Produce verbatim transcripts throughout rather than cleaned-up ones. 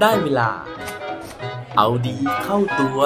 ได้เวลาเอาดีเข้าตัว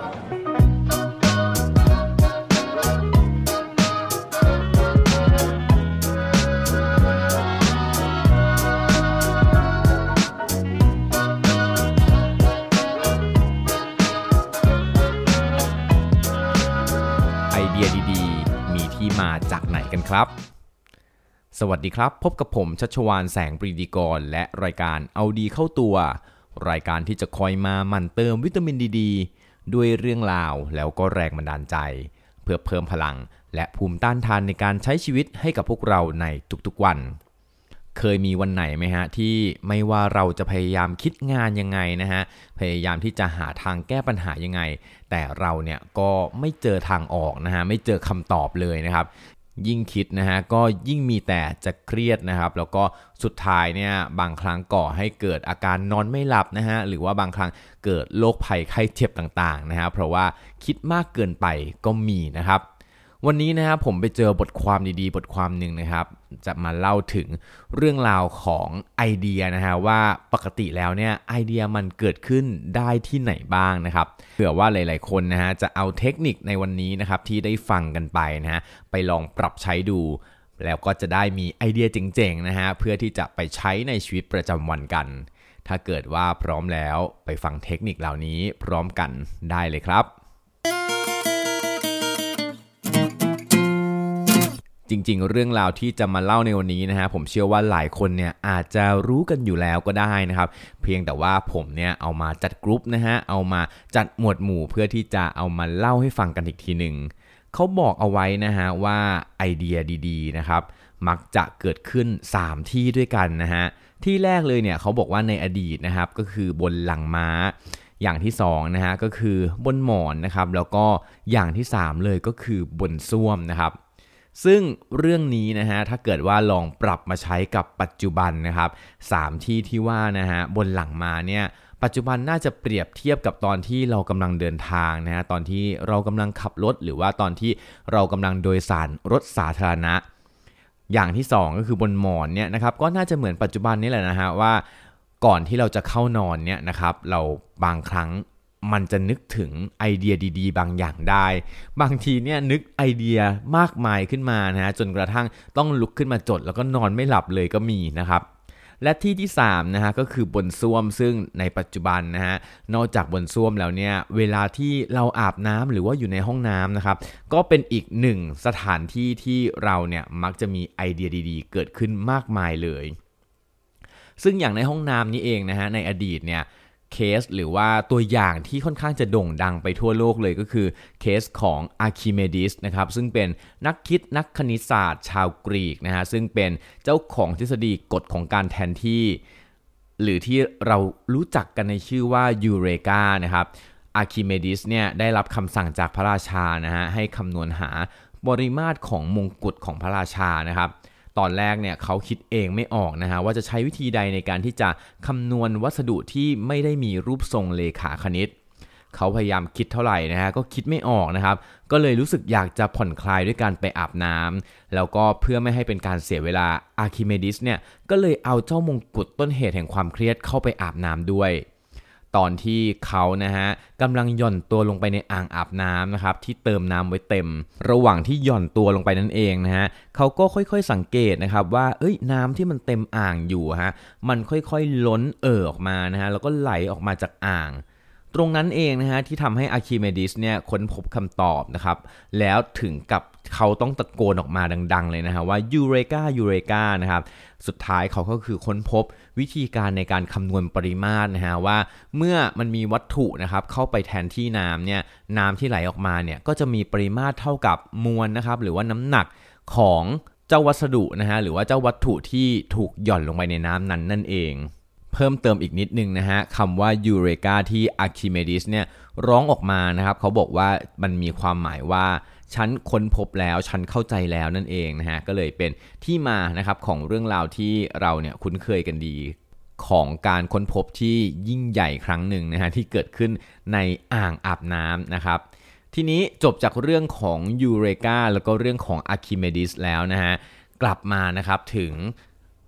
ไอเดียดีๆมีที่มาจากไหนกันครับสวัสดีครับพบกับผมชัชวาลแสงปรีดีกรและรายการเอาดีเข้าตัวรายการที่จะคอยมาหมั่นเติมวิตามินดีดด้วยเรื่องราวแล้วก็แรงบันดาลใจเพื่อเพิ่มพลังและภูมิต้านทานในการใช้ชีวิตให้กับพวกเราในทุกๆวันเคยมีวันไหนไหมฮะที่ไม่ว่าเราจะพยายามคิดงานยังไงนะฮะพยายามที่จะหาทางแก้ปัญหายังไงแต่เราเนี่ยก็ไม่เจอทางออกนะฮะไม่เจอคำตอบเลยนะครับยิ่งคิดนะฮะก็ยิ่งมีแต่จะเครียดนะครับแล้วก็สุดท้ายเนี่ยบางครั้งก่อให้เกิดอาการนอนไม่หลับนะฮะหรือว่าบางครั้งเกิดโรคภัยไข้เจ็บต่างๆนะฮะเพราะว่าคิดมากเกินไปก็มีนะครับวันนี้นะครับผมไปเจอบทความดีๆบทความหนึ่งนะครับจะมาเล่าถึงเรื่องราวของไอเดียนะฮะว่าปกติแล้วเนี่ยไอเดียมันเกิดขึ้นได้ที่ไหนบ้างนะครับเผื่อว่าหลายๆคนนะฮะจะเอาเทคนิคในวันนี้นะครับที่ได้ฟังกันไปนะฮะไปลองปรับใช้ดูแล้วก็จะได้มีไอเดียเจ๋งๆนะฮะเพื่อที่จะไปใช้ในชีวิตประจำวันกันถ้าเกิดว่าพร้อมแล้วไปฟังเทคนิคเหล่านี้พร้อมกันได้เลยครับจริงๆเรื่องราวที่จะมาเล่าในวันนี้นะฮะผมเชื่อว่าหลายคนเนี่ยอาจจะรู้กันอยู่แล้วก็ได้นะครับเพียงแต่ว่าผมเนี่ยเอามาจัดกรุ๊ปนะฮะเอามาจัดหมวดหมู่เพื่อที่จะเอามาเล่าให้ฟังกันอีกทีหนึ่งเขาบอกเอาไว้นะฮะว่าไอเดียดีๆนะครับมักจะเกิดขึ้นสามที่ด้วยกันนะฮะที่แรกเลยเนี่ยเขาบอกว่าในอดีตนะครับก็คือบนหลังม้าอย่างที่สองนะฮะก็คือบนหมอนนะครับแล้วก็อย่างที่สามเลยก็คือบนส้วมนะครับซึ่งเรื่องนี้นะฮะถ้าเกิดว่าลองปรับมาใช้กับปัจจุบันนะครับสามที่ที่ว่านะฮะบนหลังมาเนี่ยปัจจุบันน่าจะเปรียบเทียบกับตอนที่เรากำลังเดินทางนะฮะตอนที่เรากำลังขับรถหรือว่าตอนที่เรากำลังโดยสารรถสาธารณะอย่างที่สองก็คือบนหมอนเนี่ยนะครับก็น่าจะเหมือนปัจจุบันนี่แหละนะฮะว่าก่อนที่เราจะเข้านอนเนี่ยนะครับเราบางครั้งมันจะนึกถึงไอเดียดีๆบางอย่างได้บางทีเนี่ยนึกไอเดียมากมายขึ้นมานะฮะจนกระทั่งต้องลุกขึ้นมาจดแล้วก็นอนไม่หลับเลยก็มีนะครับและที่ที่สามนะฮะก็คือบนส้วมซึ่งในปัจจุบันนะฮะนอกจากบนส้วมแล้วเนี่ยเวลาที่เราอาบน้ำหรือว่าอยู่ในห้องน้ำนะครับก็เป็นอีกหนึ่งสถานที่ที่เราเนี่ยมักจะมีไอเดียดีๆเกิดขึ้นมากมายเลยซึ่งอย่างในห้องน้ำนี้เองนะฮะในอดีตเนี่ยเคสหรือว่าตัวอย่างที่ค่อนข้างจะโด่งดังไปทั่วโลกเลยก็คือเคสของอาร์คิเมดิสนะครับซึ่งเป็นนักคิดนักคณิตศาสตร์ชาวกรีกนะฮะซึ่งเป็นเจ้าของทฤษฎีกฎของการแทนที่หรือที่เรารู้จักกันในชื่อว่ายูเรกานะครับอาร์คิเมดิสเนี่ยได้รับคำสั่งจากพระราชานะฮะให้คำนวณหาปริมาตรของมงกุฎของพระราชานะครับตอนแรกเนี่ยเขาคิดเองไม่ออกนะฮะว่าจะใช้วิธีใดในการที่จะคำนวณวัสดุที่ไม่ได้มีรูปทรงเลขาคณิตเขาพยายามคิดเท่าไหร่นะฮะก็คิดไม่ออกนะครับก็เลยรู้สึกอยากจะผ่อนคลายด้วยการไปอาบน้ำแล้วก็เพื่อไม่ให้เป็นการเสียเวลาอาร์คิเมดิสเนี่ยก็เลยเอาเจ้ามงกุฎต้นเหตุแห่งความเครียดเข้าไปอาบน้ำด้วยตอนที่เขานะฮะกำลังหย่อนตัวลงไปในอ่างอาบน้ำนะครับที่เติมน้ำไว้เต็มระหว่างที่หย่อนตัวลงไปนั่นเองนะฮะเขาก็ค่อยๆสังเกตนะครับว่าเอ้ยน้ำที่มันเต็มอ่างอยู่ฮะมันค่อยๆล้นเอ่อออกมานะฮะแล้วก็ไหลออกมาจากอ่างตรงนั้นเองนะฮะที่ทำให้อาร์คิเมดิสเนี่ยค้นพบคำตอบนะครับแล้วถึงกับเขาต้องตะโกนออกมาดังๆเลยนะฮะว่ายูเรกายูเรกานะครับสุดท้ายเขาก็คือค้นพบวิธีการในการคำนวณปริมาตรนะฮะว่าเมื่อมันมีวัตถุนะครับเข้าไปแทนที่น้ำเนี่ยน้ำที่ไหลออกมาเนี่ยก็จะมีปริมาตรเท่ากับมวลนะครับหรือว่าน้ำหนักของเจ้าวัสดุนะฮะหรือว่าเจ้าวัตถุที่ถูกหย่อนลงไปในน้ำนั้นนั่นเองเพิ่มเติมอีกนิดนึงนะฮะคำว่ายูเรกาที่อาร์คิเมดิสเนี่ยร้องออกมานะครับเขาบอกว่ามันมีความหมายว่าฉันค้นพบแล้วฉันเข้าใจแล้วนั่นเองนะฮะก็เลยเป็นที่มานะครับของเรื่องราวที่เราเนี่ยคุ้นเคยกันดีของการค้นพบที่ยิ่งใหญ่ครั้งหนึ่งนะฮะที่เกิดขึ้นในอ่างอาบน้ำนะครับทีนี้จบจากเรื่องของยูเรกาแล้วก็เรื่องของอาร์คิเมดิสแล้วนะฮะกลับมานะครับถึง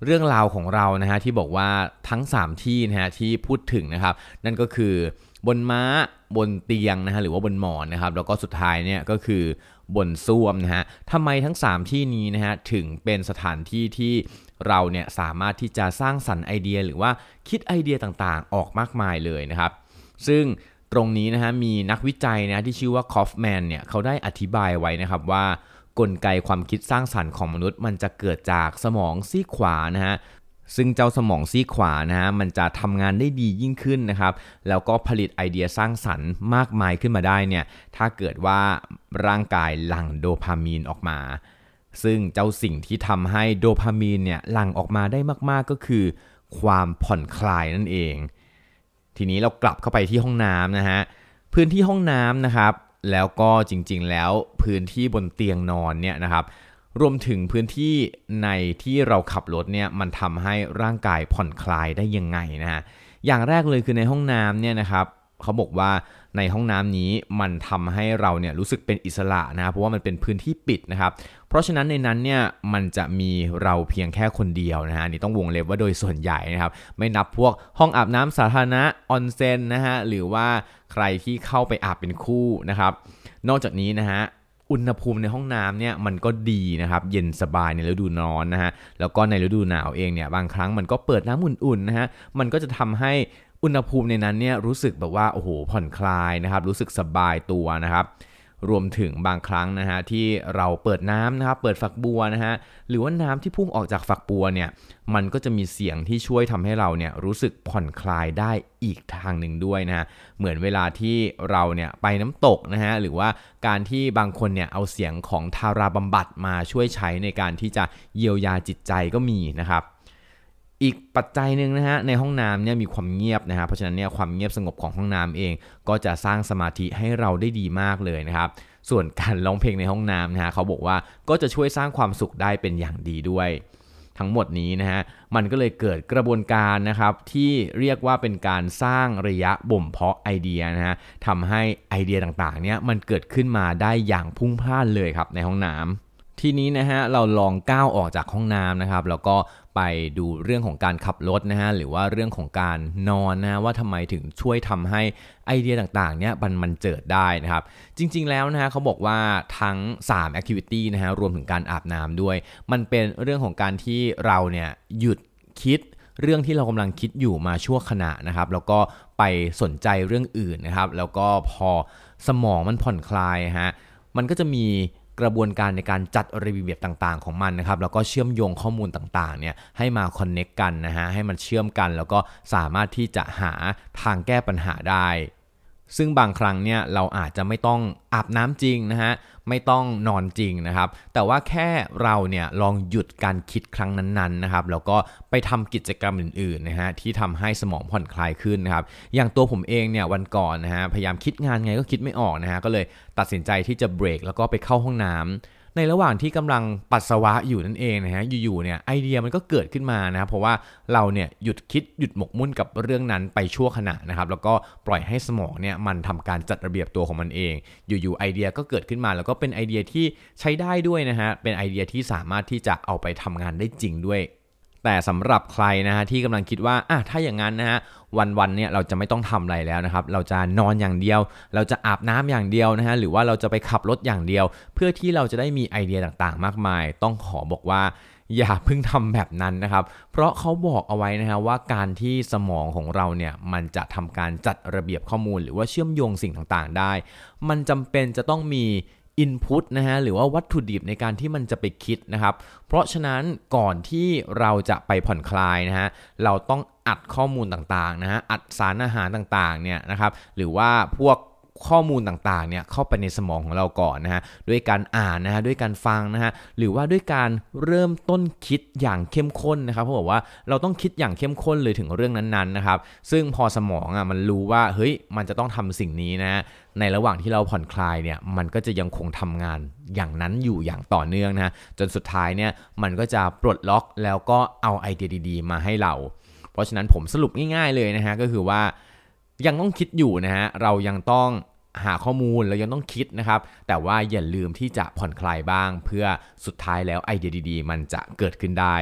เรื่องราวของเรานะฮะที่บอกว่าทั้งสามที่นะฮะที่พูดถึงนะครับนั่นก็คือบนม้าบนเตียงนะฮะหรือว่าบนหมอนนะครับแล้วก็สุดท้ายเนี่ยก็คือบนส้วมนะฮะทำไมทั้งสามที่นี้นะฮะถึงเป็นสถานที่ที่เราเนี่ยสามารถที่จะสร้างสรรค์ไอเดียหรือว่าคิดไอเดียต่างๆออกมากมายเลยนะครับซึ่งตรงนี้นะฮะมีนักวิจัยนะที่ชื่อว่าคอฟแมนเนี่ยเขาได้อธิบายไว้นะครับว่ากลไกความคิดสร้างสรรค์ของมนุษย์มันจะเกิดจากสมองซีกขวานะฮะซึ่งเจ้าสมองซีกขวานะฮะมันจะทำงานได้ดียิ่งขึ้นนะครับแล้วก็ผลิตไอเดียสร้างสรรค์มากมายขึ้นมาได้เนี่ยถ้าเกิดว่าร่างกายหลั่งโดพามีนออกมาซึ่งเจ้าสิ่งที่ทำให้โดพามีนเนี่ยหลั่งออกมาได้มากๆก็คือความผ่อนคลายนั่นเองทีนี้เรากลับเข้าไปที่ห้องน้ำนะฮะพื้นที่ห้องน้ำนะครับแล้วก็จริงๆแล้วพื้นที่บนเตียงนอนเนี่ยนะครับรวมถึงพื้นที่ในที่เราขับรถเนี่ยมันทำให้ร่างกายผ่อนคลายได้ยังไงนะฮะอย่างแรกเลยคือในห้องน้ำเนี่ยนะครับเขาบอกว่าในห้องน้ำนี้มันทำให้เราเนี่ยรู้สึกเป็นอิสระนะเพราะว่ามันเป็นพื้นที่ปิดนะครับเพราะฉะนั้นในนั้นเนี่ยมันจะมีเราเพียงแค่คนเดียวนะฮะนี่ต้องวงเล็บว่าโดยส่วนใหญ่นะครับไม่นับพวกห้องอาบน้ำสาธารณะออนเซ็นนะฮะหรือว่าใครที่เข้าไปอาบเป็นคู่นะครับนอกจากนี้นะฮะอุณหภูมิในห้องน้ำเนี่ยมันก็ดีนะครับเย็นสบายในฤดูร้อนนะฮะแล้วก็ในฤดูหนาวเองเนี่ยบางครั้งมันก็เปิดน้ำอุ่นๆนะฮะมันก็จะทำให้อุณหภูมิในนั้นเนี่ยรู้สึกแบบว่าโอ้โหผ่อนคลายนะครับรู้สึกสบายตัวนะครับรวมถึงบางครั้งนะฮะที่เราเปิดน้ำนะครับเปิดฝักบัวนะฮะหรือว่าน้ำที่พุ่งออกจากฝักบัวเนี่ยมันก็จะมีเสียงที่ช่วยทำให้เราเนี่ยรู้สึกผ่อนคลายได้อีกทางหนึ่งด้วยนะฮะเหมือนเวลาที่เราเนี่ยไปน้ำตกนะฮะหรือว่าการที่บางคนเนี่ยเอาเสียงของทาราบำบัดมาช่วยใช้ในการที่จะเยียวยาจิตใจก็มีนะครับอีกปัจจัยหนึ่งนะฮะในห้องน้ำเนี่ยมีความเงียบนะฮะเพราะฉะนั้นเนี่ยความเงียบสงบของห้องน้ำเองก็จะสร้างสมาธิให้เราได้ดีมากเลยนะครับส่วนการร้องเพลงในห้องน้ำนะฮะเขาบอกว่าก็จะช่วยสร้างความสุขได้เป็นอย่างดีด้วยทั้งหมดนี้นะฮะมันก็เลยเกิดกระบวนการนะครับที่เรียกว่าเป็นการสร้างระยะบ่มเพาะไอเดียนะฮะทำให้ไอเดียต่างๆเนี่ยมันเกิดขึ้นมาได้อย่างพุ่งพล่านเลยครับในห้องน้ำทีนี้นะฮะเราลองก้าวออกจากห้องน้ำนะครับแล้วก็ไปดูเรื่องของการขับรถนะฮะหรือว่าเรื่องของการนอนนะว่าทำไมถึงช่วยทำให้ไอเดียต่างๆเนี่ยมันมันเจิดได้นะครับจริงๆแล้วนะฮะเขาบอกว่าทั้งสาม activity นะฮะรวมถึงการอาบน้ำด้วยมันเป็นเรื่องของการที่เราเนี่ยหยุดคิดเรื่องที่เรากำลังคิดอยู่มาชั่วขณะนะครับแล้วก็ไปสนใจเรื่องอื่นนะครับแล้วก็พอสมองมันผ่อนคลายฮะมันก็จะมีกระบวนการในการจัดระเบียบต่างๆของมันนะครับแล้วก็เชื่อมโยงข้อมูลต่างๆเนี่ยให้มาคอนเนคกันนะฮะให้มันเชื่อมกันแล้วก็สามารถที่จะหาทางแก้ปัญหาได้ซึ่งบางครั้งเนี่ยเราอาจจะไม่ต้องอาบน้ำจริงนะฮะไม่ต้องนอนจริงนะครับแต่ว่าแค่เราเนี่ยลองหยุดการคิดครั้งนั้นๆนะครับแล้วก็ไปทำกิจกรรมอื่นๆนะฮะที่ทำให้สมองผ่อนคลายขึ้นนะครับอย่างตัวผมเองเนี่ยวันก่อนนะฮะพยายามคิดงานไงก็คิดไม่ออกนะฮะก็เลยตัดสินใจที่จะเบรกแล้วก็ไปเข้าห้องน้ำในระหว่างที่กำลังปัสสาวะอยู่นั่นเองนะฮะอยู่ๆเนี่ยไอเดียมันก็เกิดขึ้นมานะครับเพราะว่าเราเนี่ยหยุดคิดหยุดหมกมุ่นกับเรื่องนั้นไปชั่วขณะนะครับแล้วก็ปล่อยให้สมองเนี่ยมันทำการจัดระเบียบตัวของมันเองอยู่ๆไอเดียก็เกิดขึ้นมาแล้วก็เป็นไอเดียที่ใช้ได้ด้วยนะฮะเป็นไอเดียที่สามารถที่จะเอาไปทำงานได้จริงด้วยแต่สำหรับใครนะฮะที่กำลังคิดว่าอ่ะถ้าอย่างนั้นนะฮะวันๆเนี่ยเราจะไม่ต้องทำอะไรแล้วนะครับเราจะนอนอย่างเดียวเราจะอาบน้ำอย่างเดียวนะฮะหรือว่าเราจะไปขับรถอย่างเดียวเพื่อที่เราจะได้มีไอเดียต่างๆมากมายต้องขอบอกว่าอย่าเพิ่งทำแบบนั้นนะครับเพราะเขาบอกเอาไว้นะฮะว่าการที่สมองของเราเนี่ยมันจะทำการจัดระเบียบข้อมูลหรือว่าเชื่อมโยงสิ่งต่างๆได้มันจำเป็นจะต้องมีinput นะฮะหรือว่าวัตถุดิบในการที่มันจะไปคิดนะครับเพราะฉะนั้นก่อนที่เราจะไปผ่อนคลายนะฮะเราต้องอัดข้อมูลต่างๆนะฮะอัดสารอาหารต่างๆเนี่ยนะครับหรือว่าพวกข้อมูลต่างๆเนี่ยเข้าไปในสมองของเราก่อนนะฮะด้วยการอ่านนะฮะด้วยการฟังนะฮะหรือว่าด้วยการเริ่มต้นคิดอย่างเข้มข้นนะครับเขาบอกว่าเราต้องคิดอย่างเข้มข้นเลยถึงเรื่องนั้นๆนะครับซึ่งพอสมองอ่ะมันรู้ว่าเฮ้ยมันจะต้องทำสิ่งนี้นะในระหว่างที่เราผ่อนคลายเนี่ยมันก็จะยังคงทำงานอย่างนั้นอยู่อย่างต่อเนื่องนะจนสุดท้ายเนี่ยมันก็จะปลดล็อกแล้วก็เอาไอเดียดีๆมาให้เราเพราะฉะนั้นผมสรุปง่ายๆเลยนะฮะก็คือว่ายังต้องคิดอยู่นะฮะเรายังต้องหาข้อมูลเรายังต้องคิดนะครับแต่ว่าอย่าลืมที่จะผ่อนคลายบ้างเพื่อสุดท้ายแล้วไอเดียดีๆมันจะเกิดขึ้นได้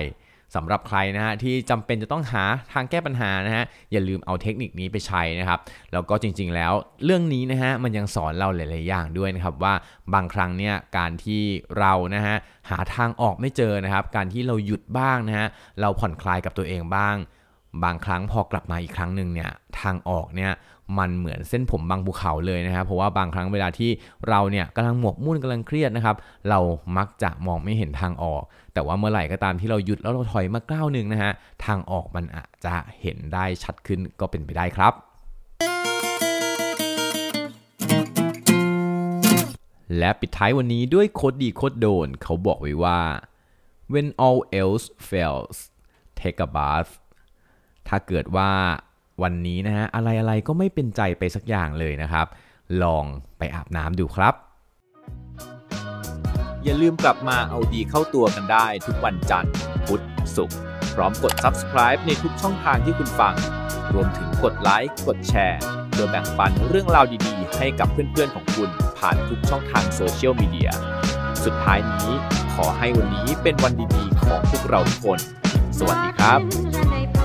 สำหรับใครนะฮะที่จำเป็นจะต้องหาทางแก้ปัญหานะฮะอย่าลืมเอาเทคนิคนี้ไปใช้นะครับแล้วก็จริงๆแล้วเรื่องนี้นะฮะมันยังสอนเราหลายๆอย่างด้วยนะครับว่าบางครั้งเนี่ยการที่เรานะฮะหาทางออกไม่เจอนะครับการที่เราหยุดบ้างนะฮะเราผ่อนคลายกับตัวเองบ้างบางครั้งพอกลับมาอีกครั้งนึงเนี่ยทางออกเนี่ยมันเหมือนเส้นผมบางภูเขาเลยนะครับเพราะว่าบางครั้งเวลาที่เราเนี่ยกำลังหมกมุ่นกำลังเครียดนะครับเรามักจะมองไม่เห็นทางออกแต่ว่าเมื่อไหร่ก็ตามที่เราหยุดแล้วเราถอยมาก้าวนึงนะฮะทางออกมันอาจจะเห็นได้ชัดขึ้นก็เป็นไปได้ครับและปิดท้ายวันนี้ด้วยโคตรดีโคตรโดนเขาบอกไว้ว่า when all else fails take a bath ถ้าเกิดว่าวันนี้นะฮะอะไรๆก็ไม่เป็นใจไปสักอย่างเลยนะครับลองไปอาบน้ำดูครับอย่าลืมกลับมาเอาดีเข้าตัวกันได้ทุกวันจันทร์พุธศุกร์พร้อมกด Subscribe ในทุกช่องทางที่คุณฟังรวมถึงกดไลค์กดแชร์โดยแบ่งปันเรื่องราวดีๆให้กับเพื่อนๆของคุณผ่านทุกช่องทางโซเชียลมีเดียสุดท้ายนี้ขอให้วันนี้เป็นวันดีๆของพวกเราทุกคนสวัสดีครับ